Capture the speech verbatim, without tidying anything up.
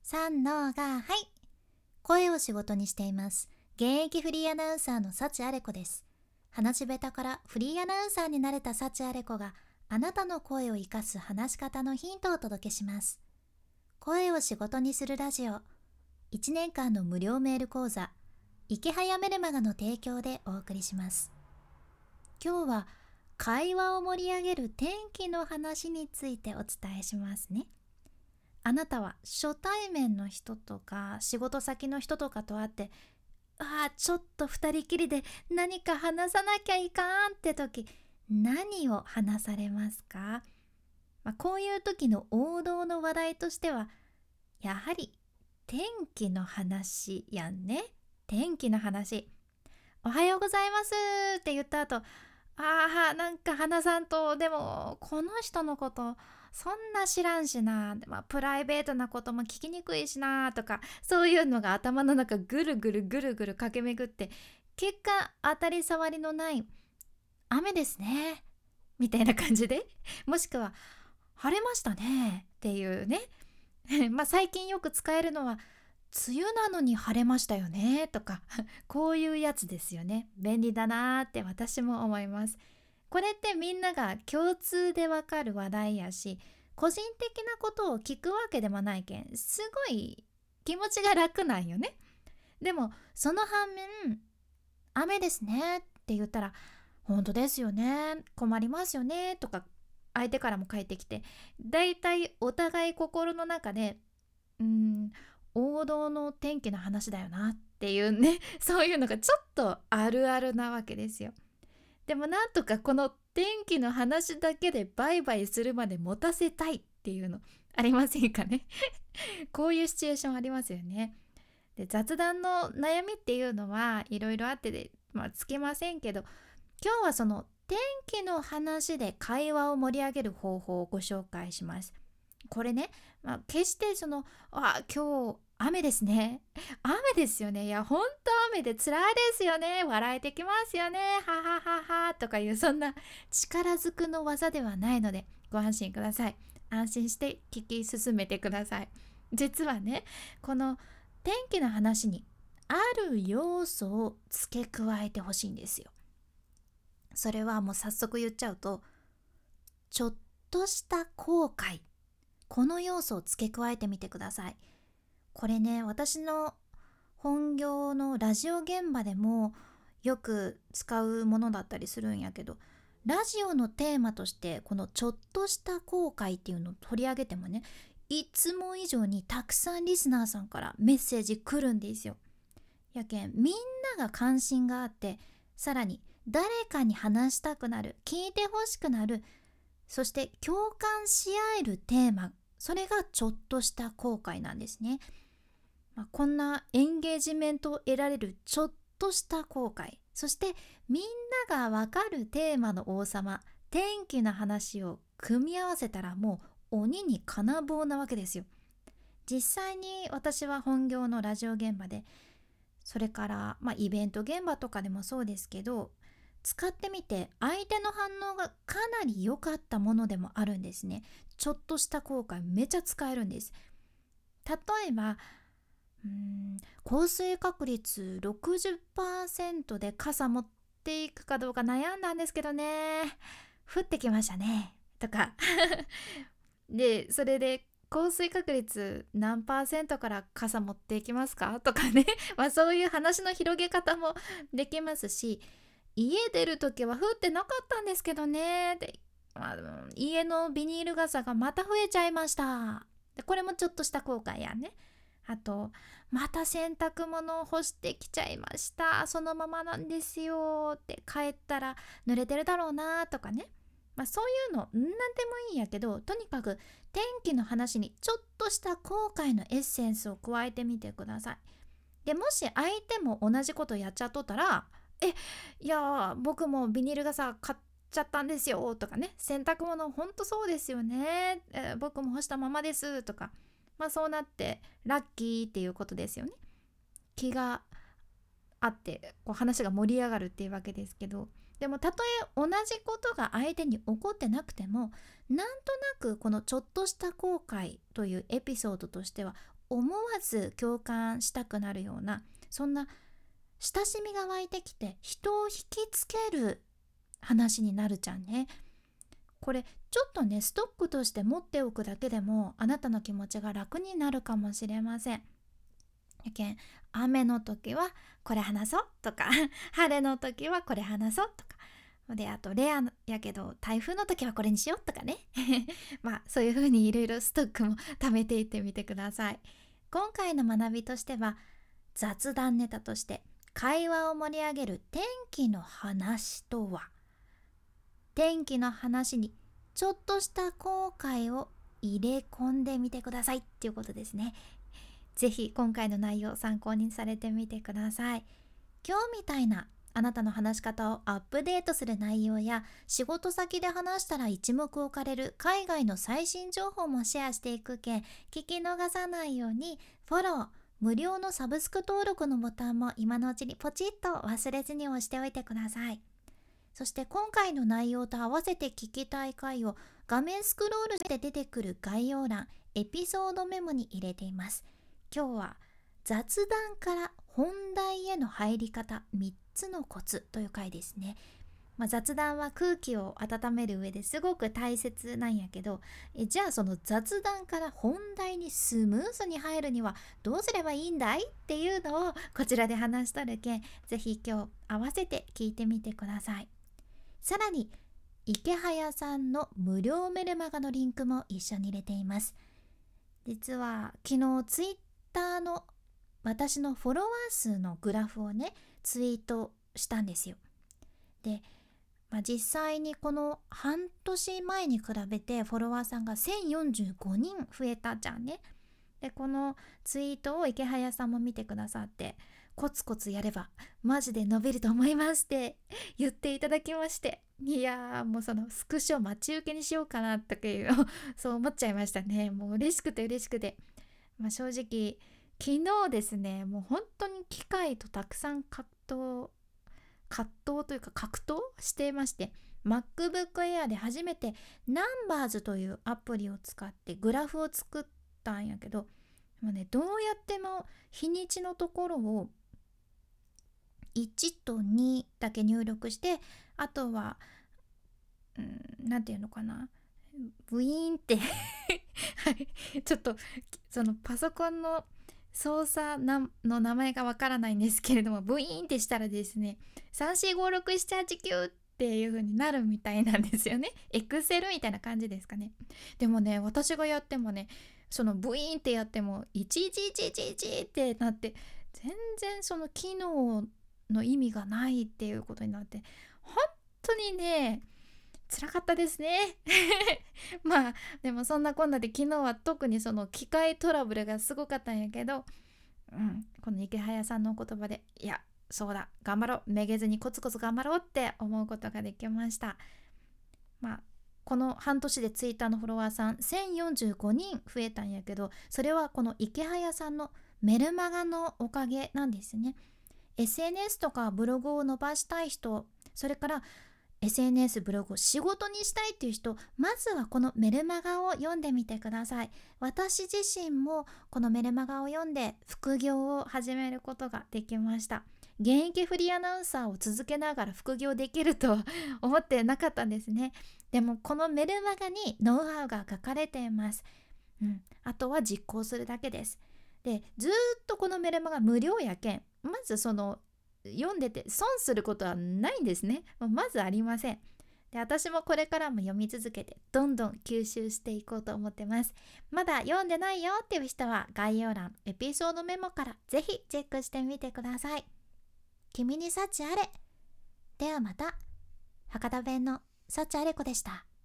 三のがはい。声を仕事にしています。現役フリーアナウンサーの幸あれ子です。話し下手からフリーアナウンサーになれた幸あれ子があなたの声を生かす話し方のヒントをお届けします。声を仕事にするラジオ。いちねんかんの無料メール講座、池早メルマガの提供でお送りします。今日は会話を盛り上げる天気の話についてお伝えしますね。あなたは初対面の人とか仕事先の人とかと会って、ああちょっと二人きりで何か話さなきゃいかんって時、何を話されますか？まあ、こういう時の王道の話題としてはやはり天気の話やんね。天気の話。おはようございますって言った後、ああなんか話さんと、でもこの人のことそんな知らんしな、まあ、プライベートなことも聞きにくいしなとか、そういうのが頭の中ぐるぐるぐるぐる駆け巡って、結果当たり障りのない雨ですねみたいな感じで、もしくは晴れましたねっていうねまあ最近よく使えるのは梅雨なのに晴れましたよねとかこういうやつですよね。便利だなーって私も思います。これってみんなが共通でわかる話題やし、個人的なことを聞くわけでもないけん、すごい気持ちが楽なんよね。でもその反面、雨ですねって言ったら、本当ですよね、困りますよねとか相手からも返ってきて、だいたいお互い心の中で、うーん王道の天気の話だよなっていうねそういうのがちょっとあるあるなわけですよ。でもなんとかこの天気の話だけでバイバイするまで持たせたいっていうのありませんかねこういうシチュエーションありますよね。で、雑談の悩みっていうのはいろいろあってで、まあ、つけませんけど、今日はその天気の話で会話を盛り上げる方法をご紹介します。これね、まあ、決してそのあ今日雨ですね、雨ですよね、いやほんと雨で辛いですよね、笑えてきますよね、ははははとかいう、そんな力ずくの技ではないのでご安心ください。安心して聞き進めてください。実はね、この天気の話にある要素を付け加えてほしいんですよ。それはもう早速言っちゃうと、ちょっとした後悔、この要素を付け加えてみてください。これね、私の本業のラジオ現場でもよく使うものだったりするんやけど、ラジオのテーマとしてこのちょっとした後悔っていうのを取り上げてもね、いつも以上にたくさんリスナーさんからメッセージ来るんですよ。やけんみんなが関心があって、さらに誰かに話したくなる、聞いてほしくなる、そして共感し合えるテーマ、それがちょっとした後悔なんですね。まあ、こんなエンゲージメントを得られるちょっとした後悔、そしてみんながわかるテーマの王様、天気の話を組み合わせたらもう鬼に金棒なわけですよ。実際に私は本業のラジオ現場で、それから、まあ、イベント現場とかでもそうですけど、使ってみて相手の反応がかなり良かったものでもあるんですね。ちょっとした効果めちゃ使えるんです。例えばうーん降水確率ろくじゅっパーセントで傘持っていくかどうか悩んだんですけどね、降ってきましたねとかで、それで降水確率何パーセントから傘持っていきますかとかねまあそういう話の広げ方もできますし、家出るときは降ってなかったんですけどねで、まあ、家のビニール傘がまた増えちゃいましたで、これもちょっとした後悔やね。あと、また洗濯物を干してきちゃいました、そのままなんですよって帰ったら濡れてるだろうなとかね。まあそういうの何でもいいんやけど、とにかく天気の話にちょっとした後悔のエッセンスを加えてみてください。で、もし相手も同じことやっちゃっとったら、えいや僕もビニール傘買っちゃったんですよとかね、洗濯物ほんとそうですよね、えー僕も干したままですとか、まあそうなってラッキーっていうことですよね。気があってこう話が盛り上がるっていうわけですけど、でもたとえ同じことが相手に起こってなくても、なんとなくこのちょっとした後悔というエピソードとしては思わず共感したくなるような、そんな親しみが湧いてきて人を引きつける話になるじゃんね。これちょっとね、ストックとして持っておくだけでもあなたの気持ちが楽になるかもしれません。やけん、雨の時はこれ話そうとか晴れの時はこれ話そうとかで、あとレアやけど台風の時はこれにしようとかねまあそういう風にいろいろストックも貯めていってみてください。今回の学びとしては、雑談ネタとして会話を盛り上げる天気の話とは、天気の話にちょっとした後悔を入れ込んでみてくださいっていうことですね。ぜひ今回の内容を参考にされてみてください。今日みたいなあなたの話し方をアップデートする内容や、仕事先で話したら一目置かれる海外の最新情報もシェアしていくけん、聞き逃さないようにフォロー、無料のサブスク登録のボタンも今のうちにポチッと忘れずに押しておいてください。そして今回の内容と合わせて聞きたい回を画面スクロールで出てくる概要欄、エピソードメモに入れています。今日は雑談から本題への入り方みっつのコツという回ですね。まあ、雑談は空気を温める上ですごく大切なんやけど、えじゃあその雑談から本題にスムーズに入るにはどうすればいいんだいっていうのをこちらで話しとるけん、ぜひ今日合わせて聞いてみてください。さらに池早さんの無料メルマガのリンクも一緒に入れています。実は昨日ツイッターの私のフォロワー数のグラフをねツイートしたんですよ。で、まあ、実際にこの半年前に比べてフォロワーさんがせんよんじゅうごにん増えたじゃんね。で、このツイートを池早さんも見てくださって、コツコツやればマジで伸びると思いますって言っていただきまして、いやーもうそのスクショ待ち受けにしようかなとかいうそう思っちゃいましたね。もう嬉しくて嬉しくて、まあ、正直昨日ですね、もう本当に機械とたくさん格闘葛藤というか格闘していまして、 MacBook Air で初めて Numbers というアプリを使ってグラフを作ったんやけど、もうね、どうやっても日にちのところをいちとにだけ入力して、あとはうん、なんていうのかな、ブイーンってはいちょっとそのパソコンの操作なの名前がわからないんですけれども、ブイーンってしたらですね、さん よん ご ろく なな はち きゅうっていう風になるみたいなんですよね。エクセルみたいな感じですかね。でもね、私がやってもね、そのブイーンってやってもいちいちいちいちいちってなって、全然その機能の意味がないっていうことになって、本当にね辛かったですねまあでもそんなこんなで昨日は特にその機械トラブルがすごかったんやけど、うん、この池早さんのお言葉で、いやそうだ頑張ろう、めげずにコツコツ頑張ろうって思うことができました。まあこの半年でツイッターのフォロワーさんせんよんじゅうごにん増えたんやけど、それはこの池早さんのメルマガのおかげなんですね。 エスエヌエス とかブログを伸ばしたい人、それから エスエヌエス ブログを仕事にしたいっていう人、まずはこのメルマガを読んでみてください。私自身もこのメルマガを読んで副業を始めることができました。現役フリーアナウンサーを続けながら副業できるとは思ってなかったんですね。でもこのメルマガにノウハウが書かれています、うん、あとは実行するだけです。で、ずっとこのメルマガ無料やけん、まずその読んでて損することはないんですね。まずありません。で、私もこれからも読み続けてどんどん吸収していこうと思ってます。まだ読んでないよっていう人は概要欄、エピソードメモからぜひチェックしてみてください。君に幸あれ。ではまた。博多弁の幸あれ子でした。